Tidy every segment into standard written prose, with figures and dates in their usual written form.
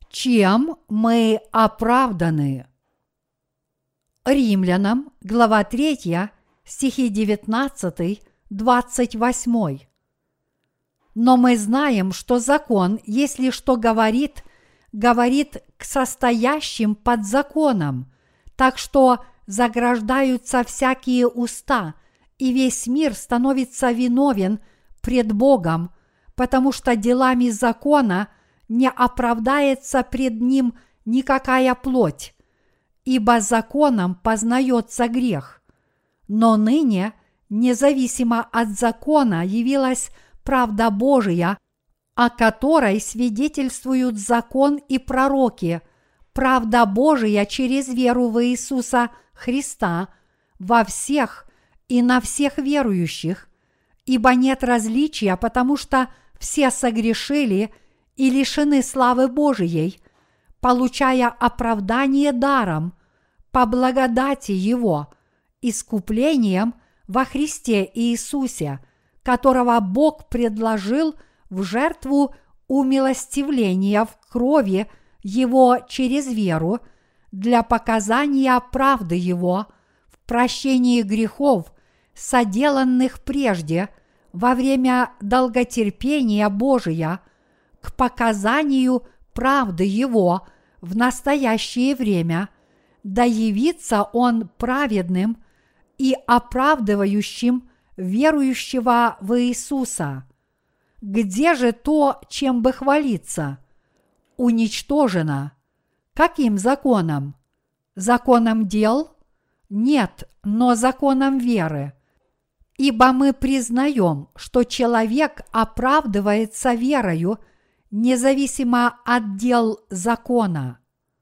Чем мы оправданы? Римлянам, глава 3, стихи 19, 28. Но мы знаем, что закон, если что говорит, говорит к состоящим под законом, так что заграждаются всякие уста, и весь мир становится виновен пред Богом, потому что делами закона не оправдается пред Ним никакая плоть, ибо законом познается грех. Но ныне, независимо от закона, явилась правда Божия, о которой свидетельствуют закон и пророки, правда Божия через веру в Иисуса Христа во всех и на всех верующих, ибо нет различия, потому что все согрешили и лишены славы Божией, получая оправдание даром по благодати Его, искуплением во Христе Иисусе, которого Бог предложил в жертву умилостивления в крови Его через веру для показания правды Его в прощении грехов, соделанных прежде во время долготерпения Божия, к показанию правды Его в настоящее время, да явится Он праведным и оправдывающим верующего в Иисуса. Где же то, чем бы хвалиться? Уничтожено. Каким законом? Законом дел? Нет, но законом веры. Ибо мы признаем, что человек оправдывается верою, независимо от дел закона.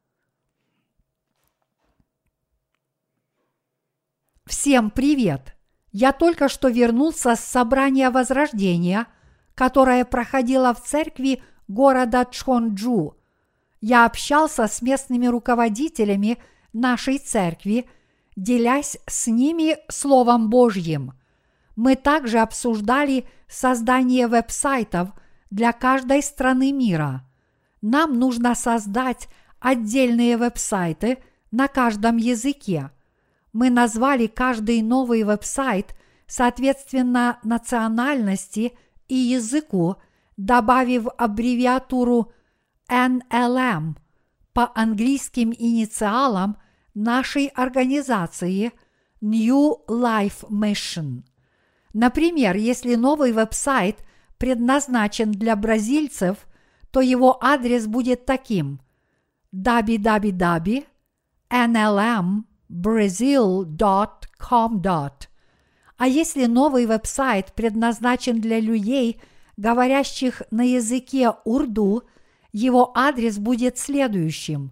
Всем привет! Я только что вернулся с собрания Возрождения, которое проходило в церкви города Чхонджу. Я общался с местными руководителями нашей церкви, делясь с ними Словом Божьим. Мы также обсуждали создание веб-сайтов для каждой страны мира. Нам нужно создать отдельные веб-сайты на каждом языке. Мы назвали каждый новый веб-сайт соответственно национальности и языку, добавив аббревиатуру NLM по английским инициалам нашей организации New Life Mission. Например, если новый веб-сайт предназначен для бразильцев, то его адрес будет таким: www.nlmbrazil.com. А если новый веб-сайт предназначен для людей, говорящих на языке урду, его адрес будет следующим: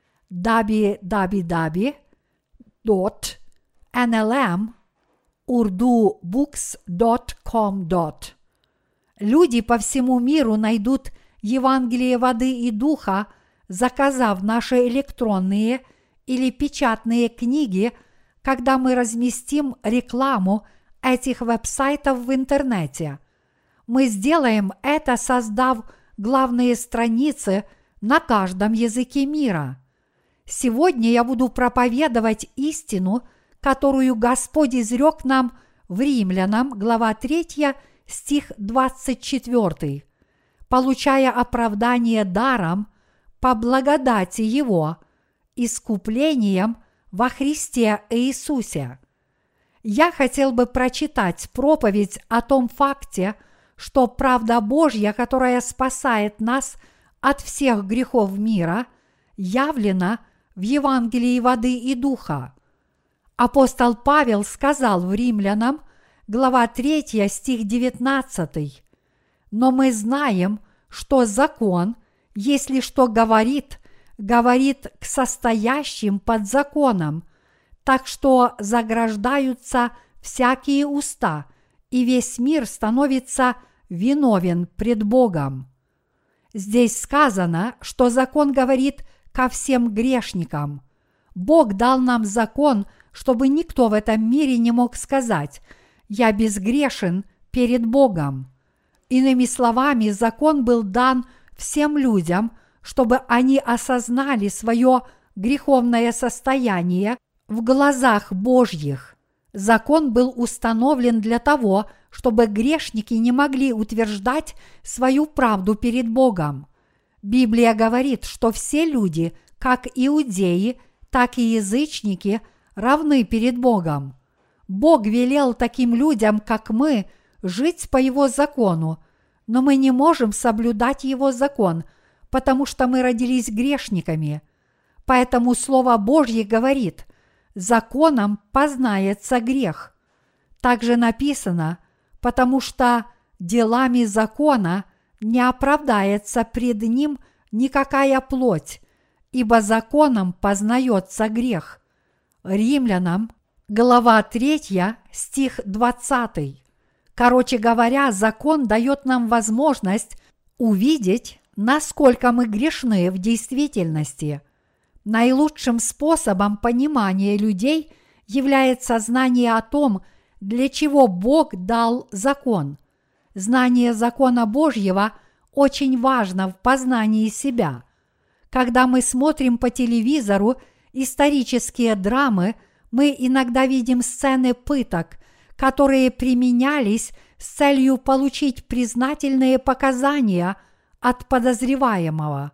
www.nlmbooks.com. Люди по всему миру найдут Евангелие воды и духа, заказав наши электронные или печатные книги, когда мы разместим рекламу этих веб-сайтов в интернете. Мы сделаем это, создав главные страницы на каждом языке мира. Сегодня я буду проповедовать истину, которую Господь изрек нам в Римлянам, глава 3, стих 24. Получая оправдание даром по благодати Его, искуплением во Христе Иисусе. Я хотел бы прочитать проповедь о том факте, что правда Божья, которая спасает нас от всех грехов мира, явлена в Евангелии воды и духа. Апостол Павел сказал в Римлянам, глава 3, стих 19: «Но мы знаем, что закон, если что говорит, говорит к состоящим под законом, так что заграждаются всякие уста, и весь мир становится виновен пред Богом». Здесь сказано, что закон говорит ко всем грешникам. Бог дал нам закон, чтобы никто в этом мире не мог сказать: «Я безгрешен перед Богом». Иными словами, закон был дан всем людям, чтобы они осознали свое греховное состояние в глазах Божьих. Закон был установлен для того, чтобы грешники не могли утверждать свою правду перед Богом. Библия говорит, что все люди, как иудеи, так и язычники, равны перед Богом. Бог велел таким людям, как мы, жить по Его закону, но мы не можем соблюдать Его закон, потому что мы родились грешниками. Поэтому Слово Божье говорит: законом познается грех. Также написано: потому что делами закона не оправдается пред ним никакая плоть, ибо законом познается грех. Римлянам, глава 3, стих 20. Короче говоря, закон дает нам возможность увидеть, насколько мы грешны в действительности. Наилучшим способом понимания людей является знание о том, для чего Бог дал закон. Знание закона Божьего очень важно в познании себя. Когда мы смотрим по телевизору исторические драмы, мы иногда видим сцены пыток, которые применялись с целью получить признательные показания от подозреваемого.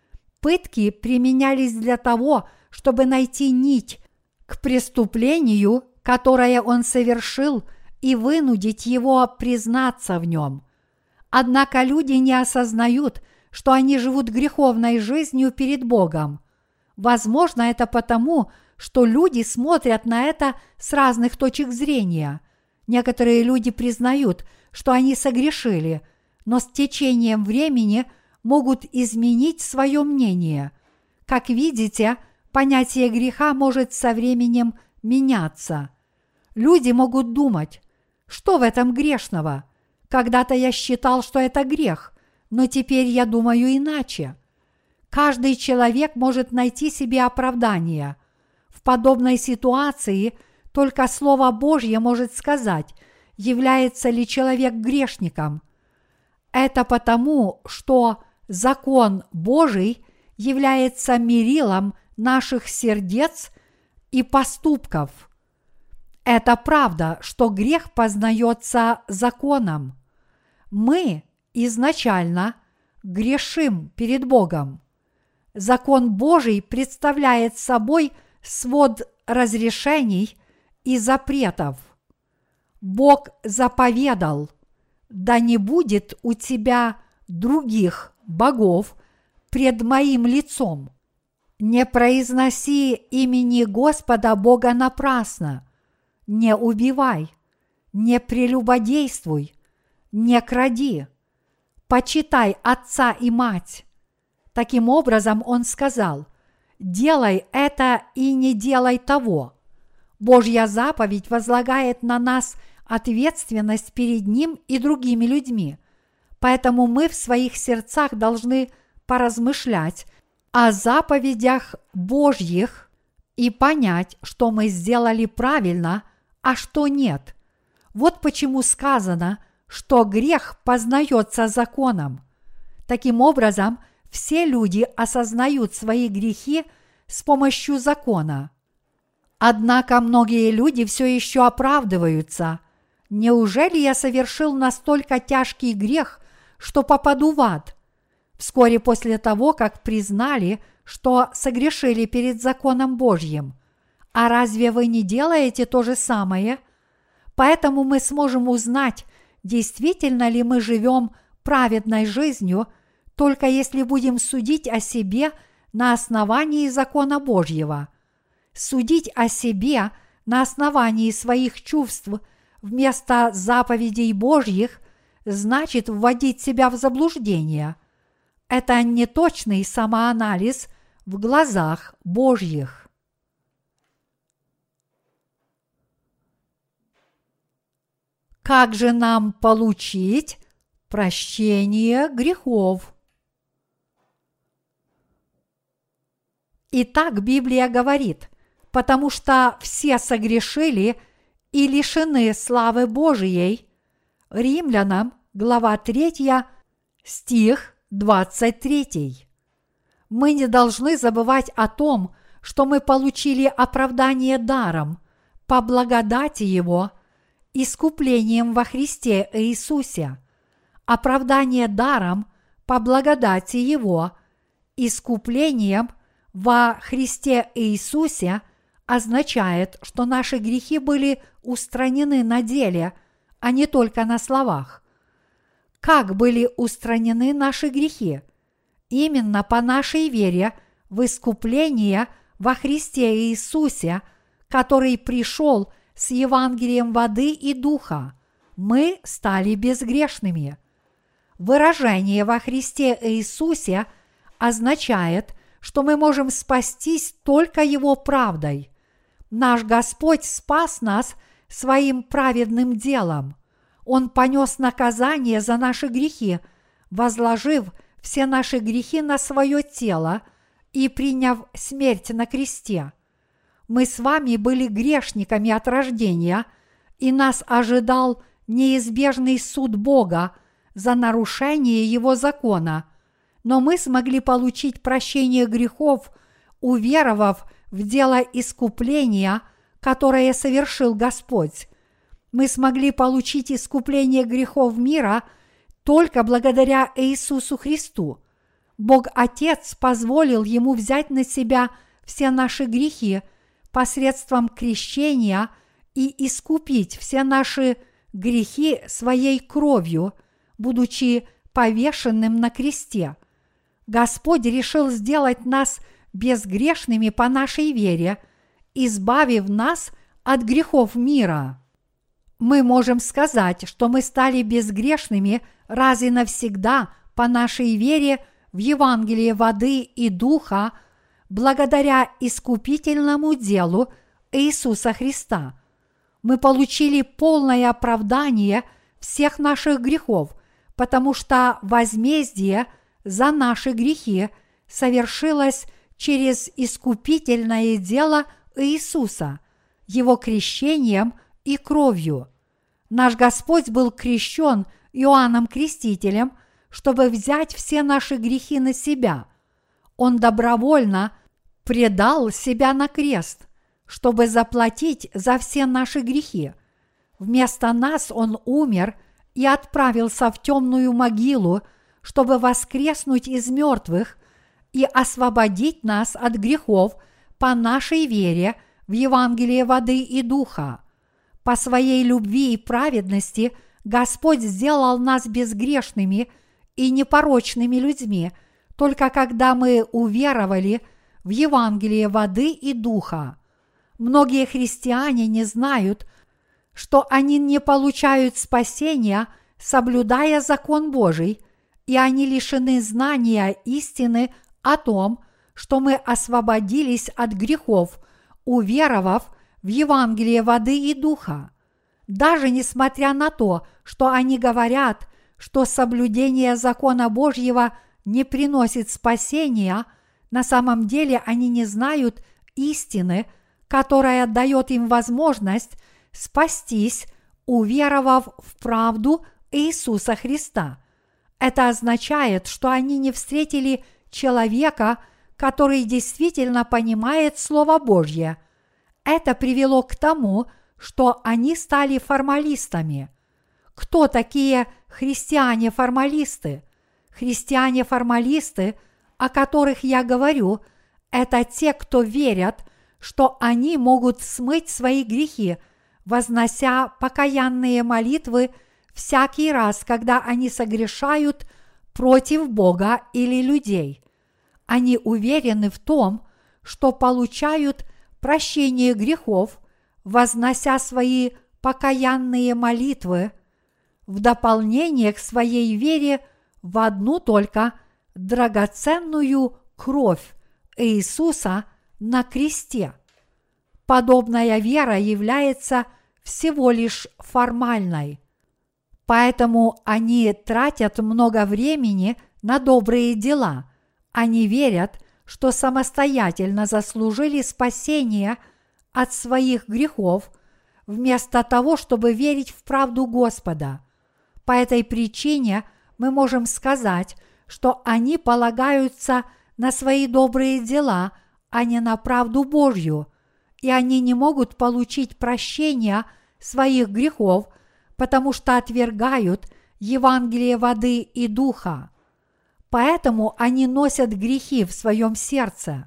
Пытки применялись для того, чтобы найти нить к преступлению, которое он совершил, и вынудить его признаться в нем. Однако люди не осознают, что они живут греховной жизнью перед Богом. Возможно, это потому, что люди смотрят на это с разных точек зрения. Некоторые люди признают, что они согрешили, но с течением времени могут изменить свое мнение. Как видите, понятие греха может со временем меняться. Люди могут думать: что в этом грешного? Когда-то я считал, что это грех, но теперь я думаю иначе. Каждый человек может найти себе оправдание. В подобной ситуации только Слово Божье может сказать, является ли человек грешником. Это потому, что закон Божий является мерилом наших сердец и поступков. Это правда, что грех познается законом. Мы изначально грешим перед Богом. Закон Божий представляет собой свод разрешений и запретов. Бог заповедал: «Да не будет у тебя других богов пред моим лицом. Не произноси имени Господа Бога напрасно. Не убивай, не прелюбодействуй, не кради, почитай отца и мать». Таким образом, он сказал: «Делай это и не делай того». Божья заповедь возлагает на нас ответственность перед Ним и другими людьми. Поэтому мы в своих сердцах должны поразмышлять о заповедях Божьих и понять, что мы сделали правильно, а что нет. Вот почему сказано, что грех познается законом. Таким образом, все люди осознают свои грехи с помощью закона. Однако многие люди все еще оправдываются. Неужели я совершил настолько тяжкий грех, что попаду в ад? Вскоре после того, как признали, что согрешили перед законом Божьим. А разве вы не делаете то же самое? Поэтому мы сможем узнать, действительно ли мы живем праведной жизнью, только если будем судить о себе на основании закона Божьего. Судить о себе на основании своих чувств вместо заповедей Божьих значит вводить себя в заблуждение. Это неточный самоанализ в глазах Божьих. Как же нам получить прощение грехов? Итак, Библия говорит: потому что все согрешили и лишены славы Божией. Римлянам, глава 3, стих 23. Мы не должны забывать о том, что мы получили оправдание даром, по благодати Его, искуплением во Христе Иисусе. Оправдание даром по благодати Его, искуплением во Христе Иисусе означает, что наши грехи были устранены на деле, а не только на словах. Как были устранены наши грехи? Именно по нашей вере в искупление во Христе Иисусе, который пришел с Евангелием воды и духа, мы стали безгрешными. Выражение во Христе Иисусе означает, что мы можем спастись только Его правдой. Наш Господь спас нас своим праведным делом. Он понес наказание за наши грехи, возложив все наши грехи на свое тело и приняв смерть на кресте. Мы с вами были грешниками от рождения, и нас ожидал неизбежный суд Бога за нарушение Его закона, но мы смогли получить прощение грехов, уверовав в дело искупления, которое совершил Господь. Мы смогли получить искупление грехов мира только благодаря Иисусу Христу. Бог Отец позволил Ему взять на себя все наши грехи посредством крещения и искупить все наши грехи своей кровью, будучи повешенным на кресте. Господь решил сделать нас безгрешными по нашей вере, избавив нас от грехов мира. Мы можем сказать, что мы стали безгрешными раз и навсегда по нашей вере в Евангелие воды и духа, благодаря искупительному делу Иисуса Христа. Мы получили полное оправдание всех наших грехов, потому что возмездие за наши грехи совершилось через искупительное дело Иисуса, Его крещением и кровью. Наш Господь был крещен Иоанном Крестителем, чтобы взять все наши грехи на себя. Он добровольно предал себя на крест, чтобы заплатить за все наши грехи. Вместо нас Он умер и отправился в темную могилу, чтобы воскреснуть из мертвых и освободить нас от грехов по нашей вере в Евангелие воды и духа. По своей любви и праведности Господь сделал нас безгрешными и непорочными людьми, только когда мы уверовали в Евангелие воды и духа. Многие христиане не знают, что они не получают спасения, соблюдая закон Божий, и они лишены знания истины о том, что мы освободились от грехов, уверовав в Евангелие воды и духа. Даже несмотря на то, что они говорят, что соблюдение закона Божьего не приносит спасения, на самом деле они не знают истины, которая дает им возможность спастись, уверовав в правду Иисуса Христа. Это означает, что они не встретили человека, который действительно понимает Слово Божье. Это привело к тому, что они стали формалистами. Кто такие христиане-формалисты? Христиане-формалисты, о которых я говорю, это те, кто верят, что они могут смыть свои грехи, вознося покаянные молитвы всякий раз, когда они согрешают против Бога или людей. Они уверены в том, что получают прощение грехов, вознося свои покаянные молитвы в дополнение к своей вере в одну только драгоценную кровь Иисуса на кресте. Подобная вера является всего лишь формальной. Поэтому они тратят много времени на добрые дела. Они верят, что самостоятельно заслужили спасение от своих грехов, вместо того, чтобы верить в правду Господа. По этой причине мы можем сказать, что они полагаются на свои добрые дела, а не на правду Божью, и они не могут получить прощения своих грехов, потому что отвергают Евангелие воды и духа. Поэтому они носят грехи в своем сердце.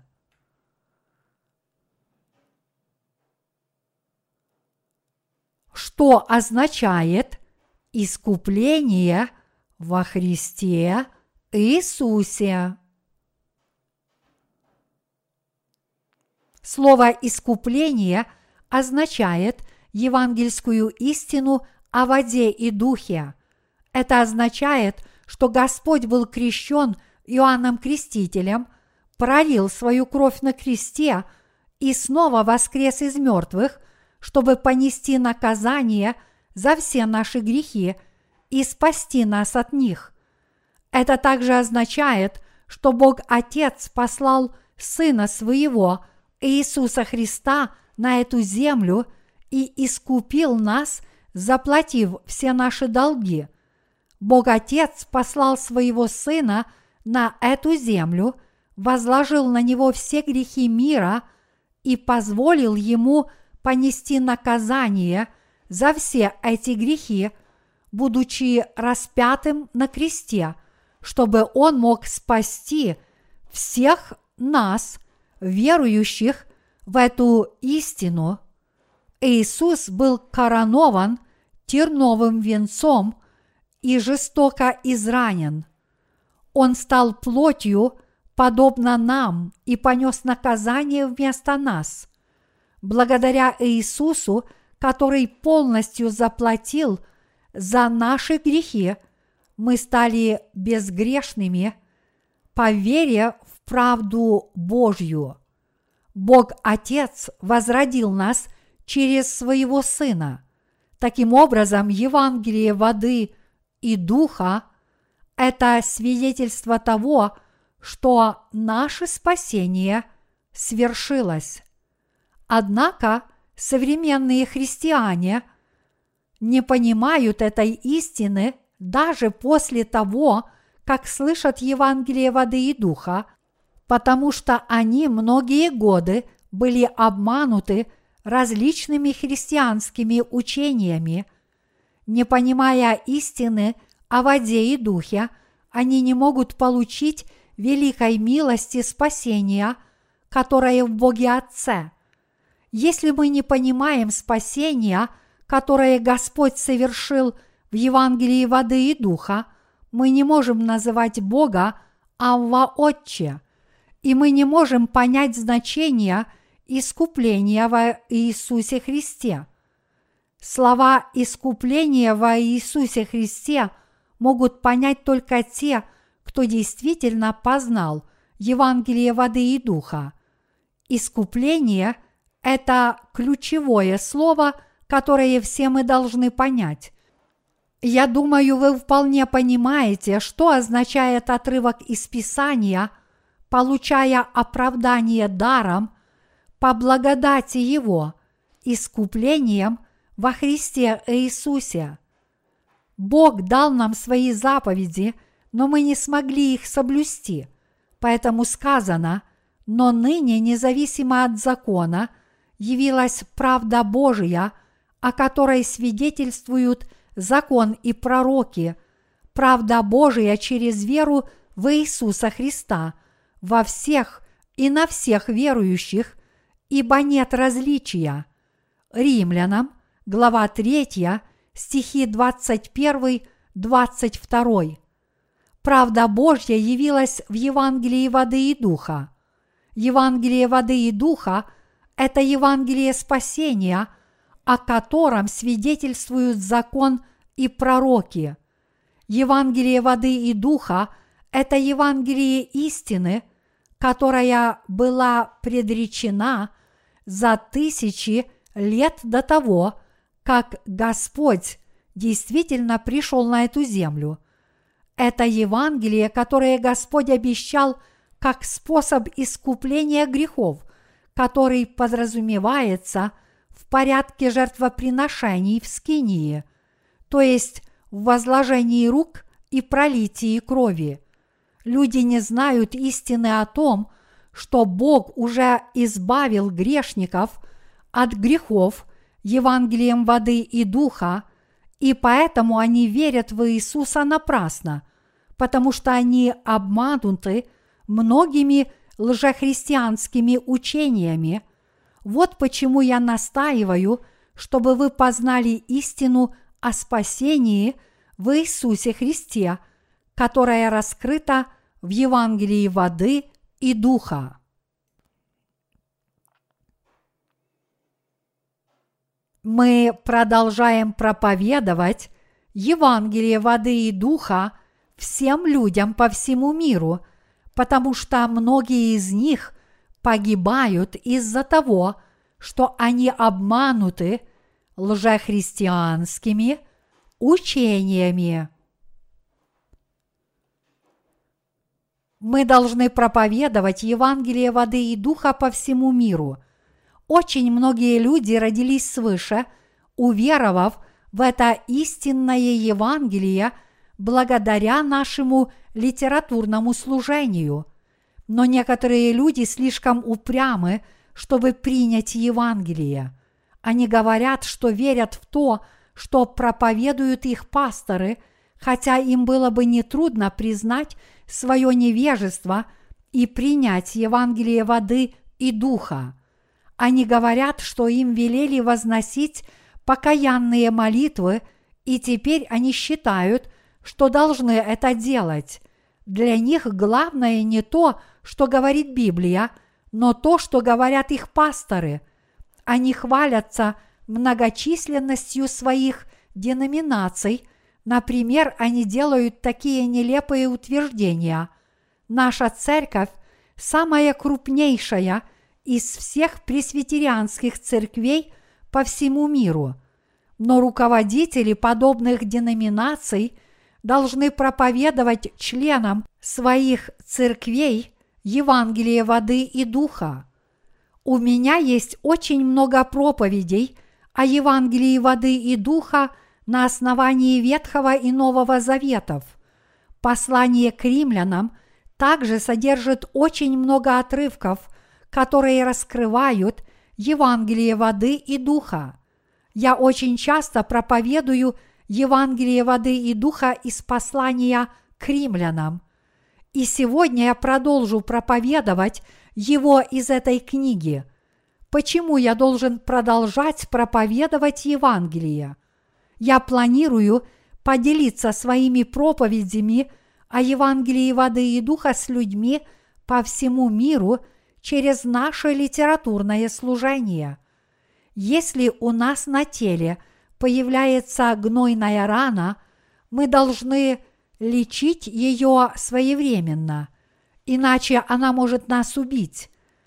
Что означает искупление во Христе Иисусе? Слово «искупление» означает евангельскую истину о воде и духе. Это означает, что Господь был крещен Иоанном Крестителем, пролил свою кровь на кресте и снова воскрес из мертвых, чтобы понести наказание за все наши грехи и спасти нас от них. Это также означает, что Бог Отец послал Сына Своего, Иисуса Христа, на эту землю и искупил нас, заплатив все наши долги. Бог Отец послал Своего Сына на эту землю, возложил на Него все грехи мира и позволил Ему понести наказание за все эти грехи, будучи распятым на кресте, чтобы Он мог спасти всех нас, верующих в эту истину. Иисус был коронован терновым венцом и жестоко изранен. Он стал плотью, подобно нам, и понес наказание вместо нас. Благодаря Иисусу, который полностью заплатил за наши грехи, мы стали безгрешными по вере в правду Божью. Бог Отец возродил нас через Своего Сына. Таким образом, Евангелие воды и духа – это свидетельство того, что наше спасение свершилось. Однако современные христиане не понимают этой истины даже после того, как слышат Евангелие воды и духа, потому что они многие годы были обмануты различными христианскими учениями. Не понимая истины о воде и духе, они не могут получить великой милости спасения, которое в Боге Отце. Если мы не понимаем спасения, которое Господь совершил в Евангелии воды и духа, мы не можем называть Бога Авва Отче, и мы не можем понять значение искупления во Иисусе Христе. Слова «искупление во Иисусе Христе» могут понять только те, кто действительно познал Евангелие воды и духа. Искупление – это ключевое слово, которое все мы должны понять. Я думаю, вы вполне понимаете, что означает отрывок из Писания, получая оправдание даром по благодати Его, искуплением во Христе Иисусе. Бог дал нам свои заповеди, но мы не смогли их соблюсти, поэтому сказано: «Но ныне, независимо от закона, явилась правда Божия, о которой свидетельствуют закон и пророки, правда Божия через веру в Иисуса Христа, во всех и на всех верующих, ибо нет различия». Римлянам, глава 3, стихи 21-22. Правда Божья явилась в Евангелии воды и духа. Евангелие воды и духа – это Евангелие спасения, о котором свидетельствуют закон и пророки. Евангелие воды и духа – это Евангелие истины, которая была предречена за тысячи лет до того, как Господь действительно пришел на эту землю. Это Евангелие, которое Господь обещал как способ искупления грехов, который подразумевается в порядке жертвоприношений в скинии, то есть в возложении рук и пролитии крови. Люди не знают истины о том, что Бог уже избавил грешников от грехов Евангелием воды и духа, и поэтому они верят в Иисуса напрасно, потому что они обмануты многими лжехристианскими учениями. Вот почему я настаиваю, чтобы вы познали истину о спасении в Иисусе Христе, которая раскрыта в Евангелии воды и духа. Мы продолжаем проповедовать Евангелие воды и духа всем людям по всему миру, потому что многие из них погибают из-за того, что они обмануты лжехристианскими учениями. Мы должны проповедовать Евангелие воды и духа по всему миру. Очень многие люди родились свыше, уверовав в это истинное Евангелие благодаря нашему литературному служению. Но некоторые люди слишком упрямы, чтобы принять Евангелие. Они говорят, что верят в то, что проповедуют их пасторы, хотя им было бы нетрудно признать свое невежество и принять Евангелие воды и духа. Они говорят, что им велели возносить покаянные молитвы, и теперь они считают, что должны это делать. Для них главное не то, что говорит Библия, но то, что говорят их пасторы. Они хвалятся многочисленностью своих деноминаций. Например, они делают такие нелепые утверждения: наша церковь самая крупнейшая из всех пресвитерианских церквей по всему миру. Но руководители подобных деноминаций должны проповедовать членам своих церквей Евангелие воды и духа. У меня есть очень много проповедей о Евангелии воды и духа на основании Ветхого и Нового Заветов. Послание к римлянам также содержит очень много отрывков, которые раскрывают Евангелие воды и духа. Я очень часто проповедую Евангелие воды и духа из послания к римлянам. И сегодня я продолжу проповедовать его из этой книги. Почему я должен продолжать проповедовать Евангелие? Я планирую поделиться своими проповедями о Евангелии воды и духа с людьми по всему миру через наше литературное служение. Если у нас на теле появляется гнойная рана, мы должны лечить ее своевременно, иначе она может нас убить.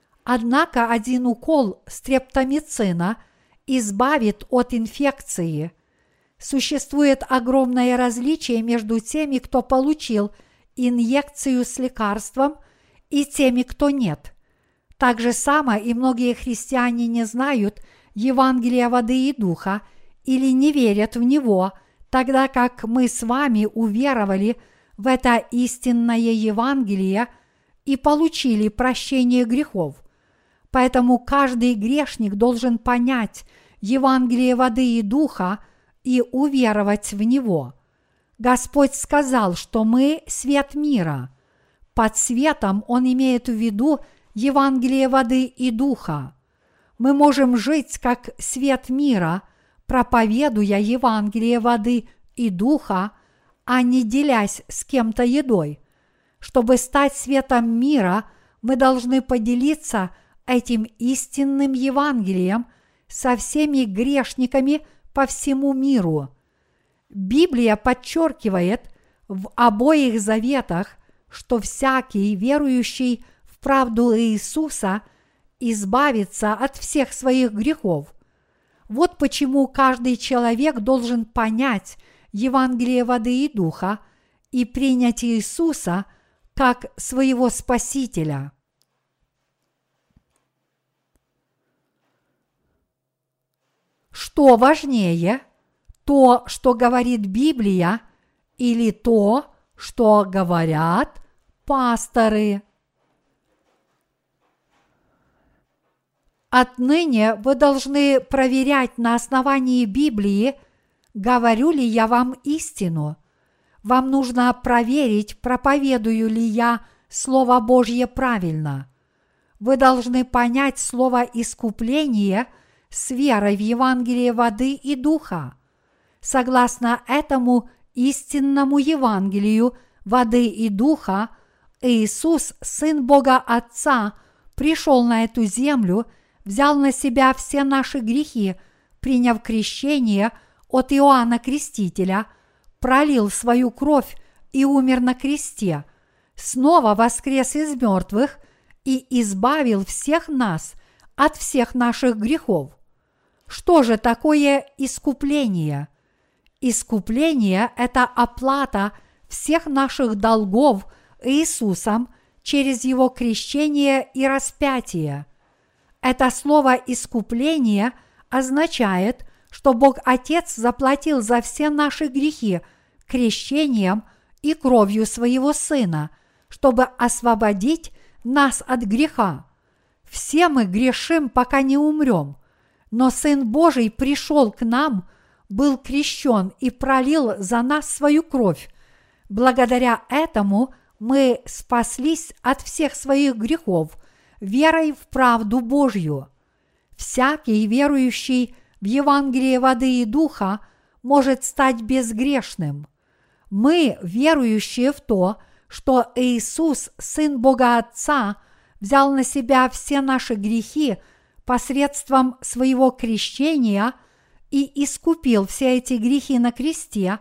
Однако один укол стрептомицина избавит от инфекции. Существует огромное различие между теми, кто получил инъекцию с лекарством, и теми, кто нет. Так же само и многие христиане не знают Евангелия воды и духа или не верят в него, тогда как мы с вами уверовали в это истинное Евангелие и получили прощение грехов. Поэтому каждый грешник должен понять Евангелие воды и духа и уверовать в него. Господь сказал, что мы свет мира. Под светом Он имеет в виду Евангелие воды и духа. Мы можем жить как свет мира, проповедуя Евангелие воды и духа, а не делясь с кем-то едой. Чтобы стать светом мира, мы должны поделиться этим истинным Евангелием со всеми грешниками по всему миру. Библия подчеркивает в обоих заветах, что всякий, верующий в правду Иисуса, избавится от всех своих грехов. Вот почему каждый человек должен понять Евангелие воды и духа и принять Иисуса как своего Спасителя. Что важнее, то, что говорит Библия, или то, что говорят пасторы. Отныне вы должны проверять на основании Библии, говорю ли я вам истину. Вам нужно проверить, проповедую ли я Слово Божье правильно. Вы должны понять слово «искупление» с верой в Евангелие воды и духа. Согласно этому истинному Евангелию воды и духа, Иисус, Сын Бога Отца, пришел на эту землю, взял на себя все наши грехи, приняв крещение от Иоанна Крестителя, пролил свою кровь и умер на кресте, снова воскрес из мертвых и избавил всех нас от всех наших грехов. Что же такое искупление? Искупление – это оплата всех наших долгов Иисусом через Его крещение и распятие. Это слово «искупление» означает, что Бог Отец заплатил за все наши грехи крещением и кровью Своего Сына, чтобы освободить нас от греха. Все мы грешим, пока не умрем, но Сын Божий пришел к нам, был крещен и пролил за нас свою кровь. Благодаря этому мы спаслись от всех своих грехов верой в правду Божью. Всякий верующий в Евангелие воды и духа может стать безгрешным. Мы, верующие в то, что Иисус, Сын Бога Отца, взял на себя все наши грехи посредством своего крещения и искупил все эти грехи на кресте,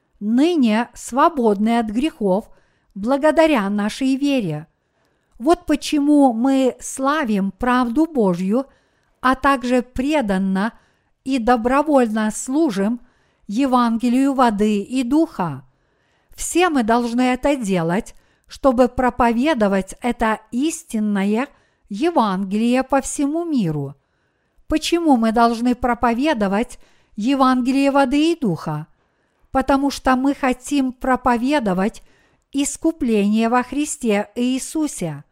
ныне свободны от грехов благодаря нашей вере. Вот почему мы славим правду Божью, а также преданно и добровольно служим Евангелию воды и духа. Все мы должны это делать, чтобы проповедовать это истинное Евангелие по всему миру. Почему мы должны проповедовать Евангелие воды и духа? Потому что мы хотим проповедовать искупление во Христе Иисусе.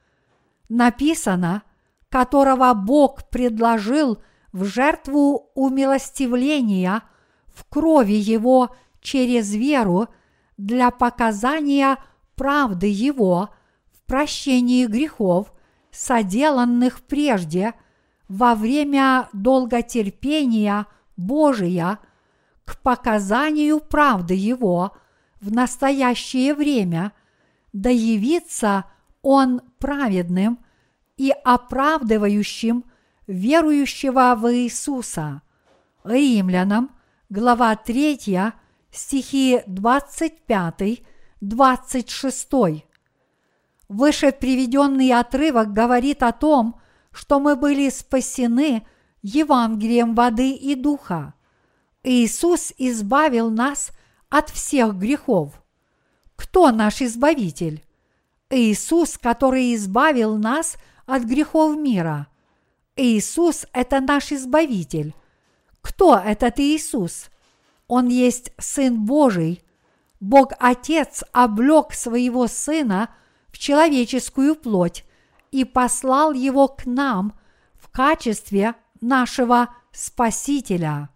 Написано, которого Бог предложил в жертву умилостивления в крови Его через веру для показания правды Его в прощении грехов, соделанных прежде во время долготерпения Божия, к показанию правды Его в настоящее время, да явится Он праведным и оправдывающим верующего в Иисуса. Римлянам, глава 3, стихи 25-26. Выше приведенный отрывок говорит о том, что мы были спасены Евангелием воды и духа. Иисус избавил нас от всех грехов. Кто наш Избавитель? Иисус, который избавил нас от грехов мира. Иисус – это наш Избавитель. Кто этот Иисус? Он есть Сын Божий. Бог Отец облек Своего Сына в человеческую плоть и послал Его к нам в качестве нашего Спасителя.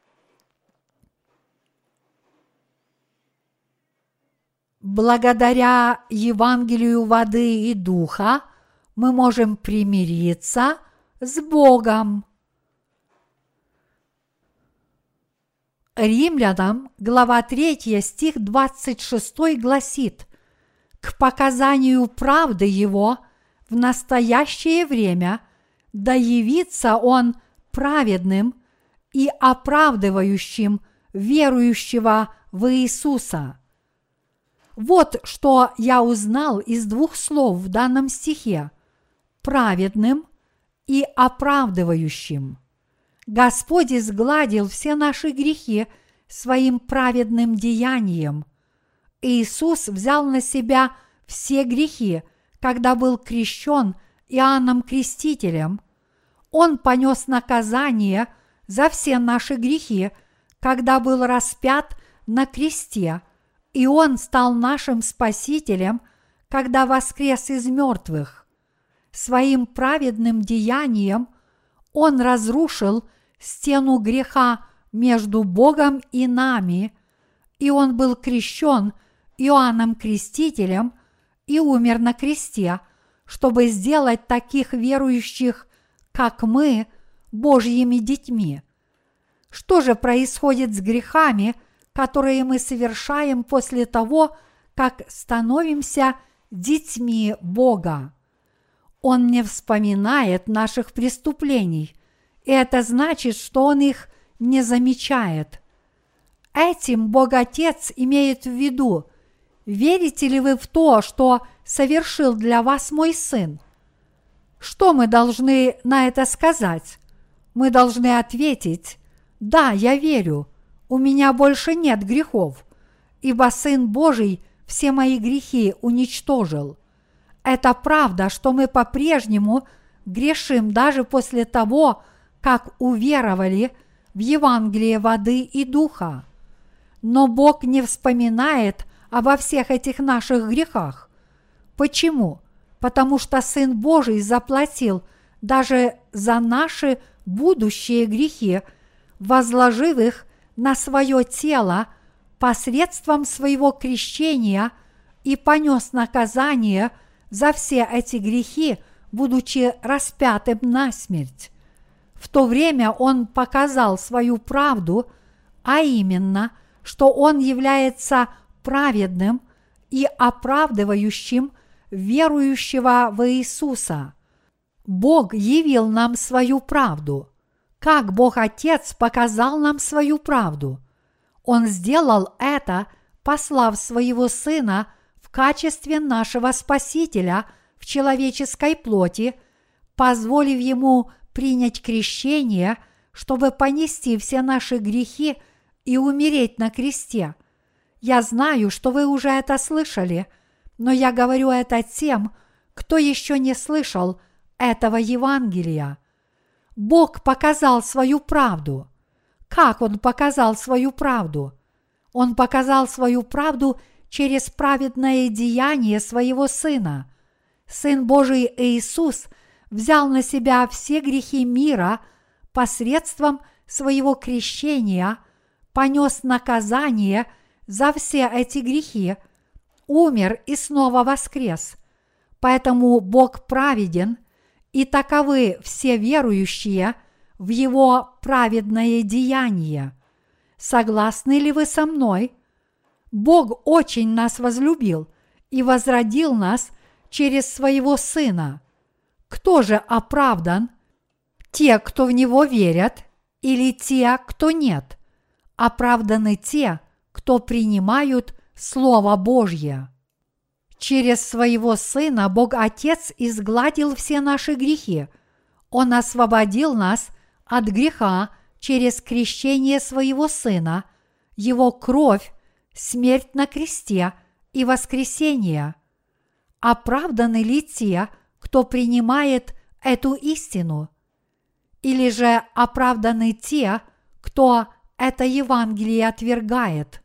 Благодаря Евангелию воды и духа мы можем примириться с Богом. Римлянам, глава 3, стих 26 гласит: «К показанию правды Его в настоящее время да явится Он праведным и оправдывающим верующего в Иисуса». Вот что я узнал из двух слов в данном стихе – праведным и оправдывающим. Господь изгладил все наши грехи своим праведным деянием. Иисус взял на себя все грехи, когда был крещен Иоанном Крестителем. Он понес наказание за все наши грехи, когда был распят на кресте, и Он стал нашим Спасителем, когда воскрес из мертвых. Своим праведным деянием Он разрушил стену греха между Богом и нами, и Он был крещен Иоанном Крестителем и умер на кресте, чтобы сделать таких верующих, как мы, Божьими детьми. Что же происходит с грехами, которые мы совершаем после того, как становимся детьми Бога? Он не вспоминает наших преступлений, и это значит, что Он их не замечает. Этим Бог Отец имеет в виду: верите ли вы в то, что совершил для вас мой Сын? Что мы должны на это сказать? Мы должны ответить: да, я верю, у меня больше нет грехов, ибо Сын Божий все мои грехи уничтожил. Это правда, что мы по-прежнему грешим даже после того, как уверовали в Евангелие воды и духа. Но Бог не вспоминает обо всех этих наших грехах. Почему? Потому что Сын Божий заплатил даже за наши будущие грехи, возложив их на свое тело посредством своего крещения, и понес наказание за все эти грехи, будучи распятым насмерть. В то время Он показал свою правду, а именно, что Он является праведным и оправдывающим верующего в Иисуса. Бог явил нам свою правду. Как Бог Отец показал нам свою правду? Он сделал это, послав своего Сына в качестве нашего Спасителя в человеческой плоти, позволив Ему принять крещение, чтобы понести все наши грехи и умереть на кресте. Я знаю, что вы уже это слышали, но я говорю это тем, кто еще не слышал этого Евангелия. Бог показал свою правду. Как Он показал свою правду? Он показал свою правду через праведное деяние своего Сына. Сын Божий Иисус взял на себя все грехи мира посредством своего крещения, понес наказание за все эти грехи, умер и снова воскрес. Поэтому Бог праведен, и таковы все верующие в Его праведное деяние. Согласны ли вы со мной? Бог очень нас возлюбил и возродил нас через своего Сына. Кто же оправдан? Те, кто в Него верят, или те, кто нет? Оправданы те, кто принимают Слово Божье. Через своего Сына Бог Отец изгладил все наши грехи. Он освободил нас от греха через крещение своего Сына, Его кровь, смерть на кресте и воскресение. Оправданы ли те, кто принимает эту истину? Или же оправданы те, кто это Евангелие отвергает?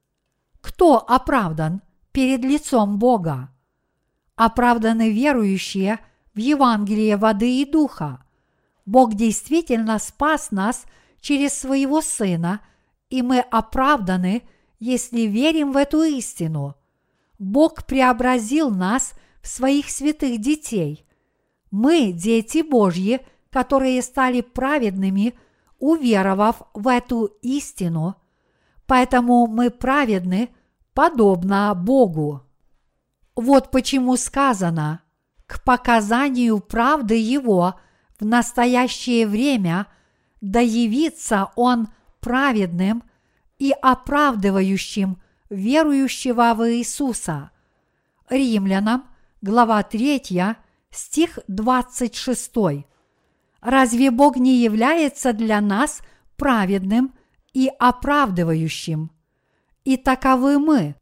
Кто оправдан перед лицом Бога? Оправданы верующие в Евангелие воды и духа. Бог действительно спас нас через своего Сына, и мы оправданы, если верим в эту истину. Бог преобразил нас в своих святых детей. Мы дети Божьи, которые стали праведными, уверовав в эту истину, поэтому мы праведны, подобно Богу. Вот почему сказано: к показанию правды Его в настоящее время да явится Он праведным и оправдывающим верующего в Иисуса. Римлянам, глава 3, стих 26. Разве Бог не является для нас праведным и оправдывающим? И таковы мы,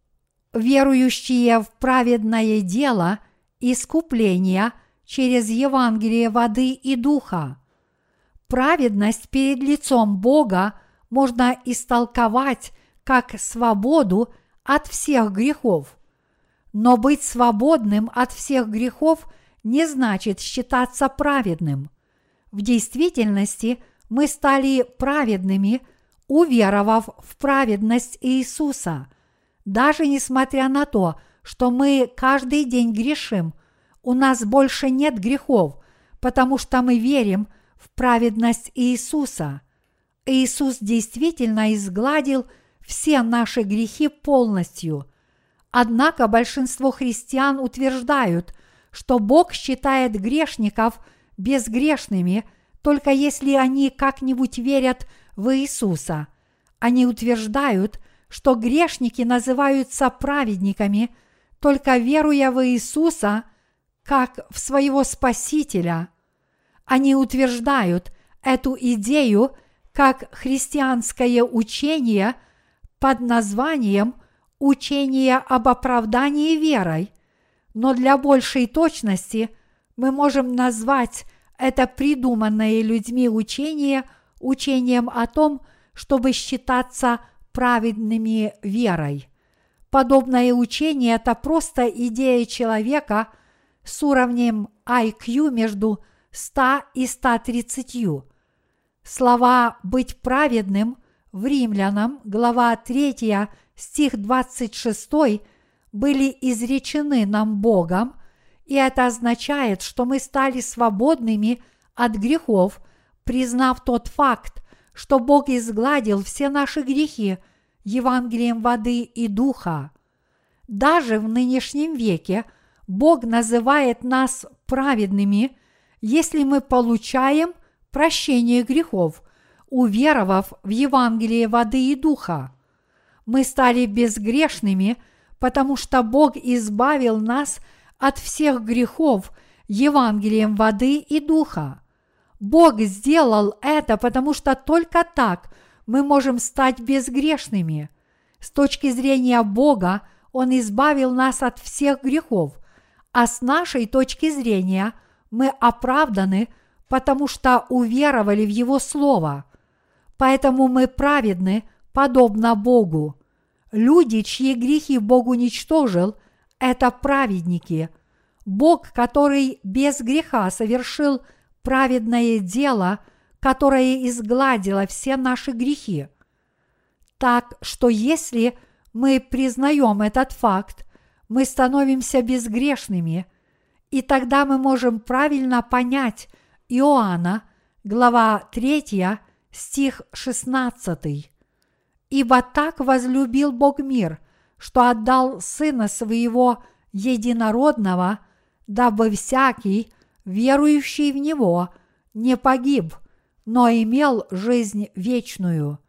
верующие в праведное дело искупления через Евангелие воды и духа. Праведность перед лицом Бога можно истолковать как свободу от всех грехов. Но быть свободным от всех грехов не значит считаться праведным. В действительности мы стали праведными, уверовав в праведность Иисуса. Даже несмотря на то, что мы каждый день грешим, у нас больше нет грехов, потому что мы верим в праведность Иисуса. Иисус действительно изгладил все наши грехи полностью. Однако большинство христиан утверждают, что Бог считает грешников безгрешными, только если они как-нибудь верят в Иисуса. Они утверждают, что грешники называются праведниками, только веруя в Иисуса как в своего Спасителя. Они утверждают эту идею как христианское учение под названием «учение об оправдании верой», но для большей точности мы можем назвать это придуманное людьми учение учением о том, чтобы считаться праведными верой. Подобное учение – это просто идея человека с уровнем IQ между 100 и 130. Слова «быть праведным» в Римлянам, глава 3, стих 26, были изречены нам Богом, и это означает, что мы стали свободными от грехов, признав тот факт, что Бог изгладил все наши грехи Евангелием воды и духа. Даже в нынешнем веке Бог называет нас праведными, если мы получаем прощение грехов, уверовав в Евангелие воды и духа. Мы стали безгрешными, потому что Бог избавил нас от всех грехов Евангелием воды и духа. Бог сделал это, потому что только так мы можем стать безгрешными. С точки зрения Бога Он избавил нас от всех грехов, а с нашей точки зрения мы оправданы, потому что уверовали в Его Слово. Поэтому мы праведны, подобно Богу. Люди, чьи грехи Бог уничтожил, это праведники. Бог, который без греха совершил праведное дело, которое изгладило все наши грехи. Так что если мы признаем этот факт, мы становимся безгрешными, и тогда мы можем правильно понять Иоанна, глава 3, стих 16. «Ибо так возлюбил Бог мир, что отдал Сына Своего Единородного, дабы всякий, верующий в Него, не погиб, но имел жизнь вечную».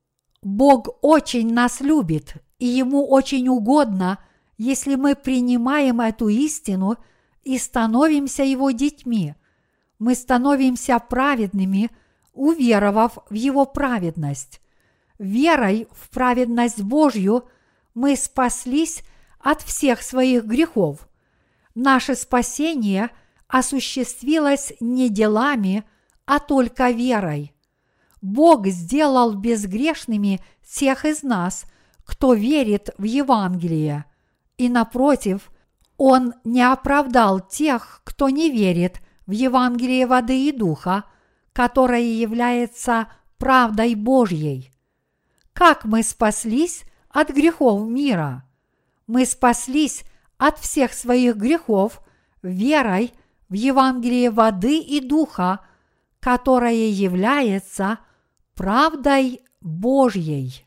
Бог очень нас любит, и Ему очень угодно, если мы принимаем эту истину и становимся Его детьми. Мы становимся праведными, уверовав в Его праведность. Верой в праведность Божью мы спаслись от всех своих грехов. Наше спасение осуществилось не делами, а только верой. Бог сделал безгрешными тех из нас, кто верит в Евангелие, и, напротив, Он не оправдал тех, кто не верит в Евангелие воды и духа, которое является правдой Божьей. Как мы спаслись от грехов мира? Мы спаслись от всех своих грехов верой в Евангелие воды и духа, которое является правдой Божьей.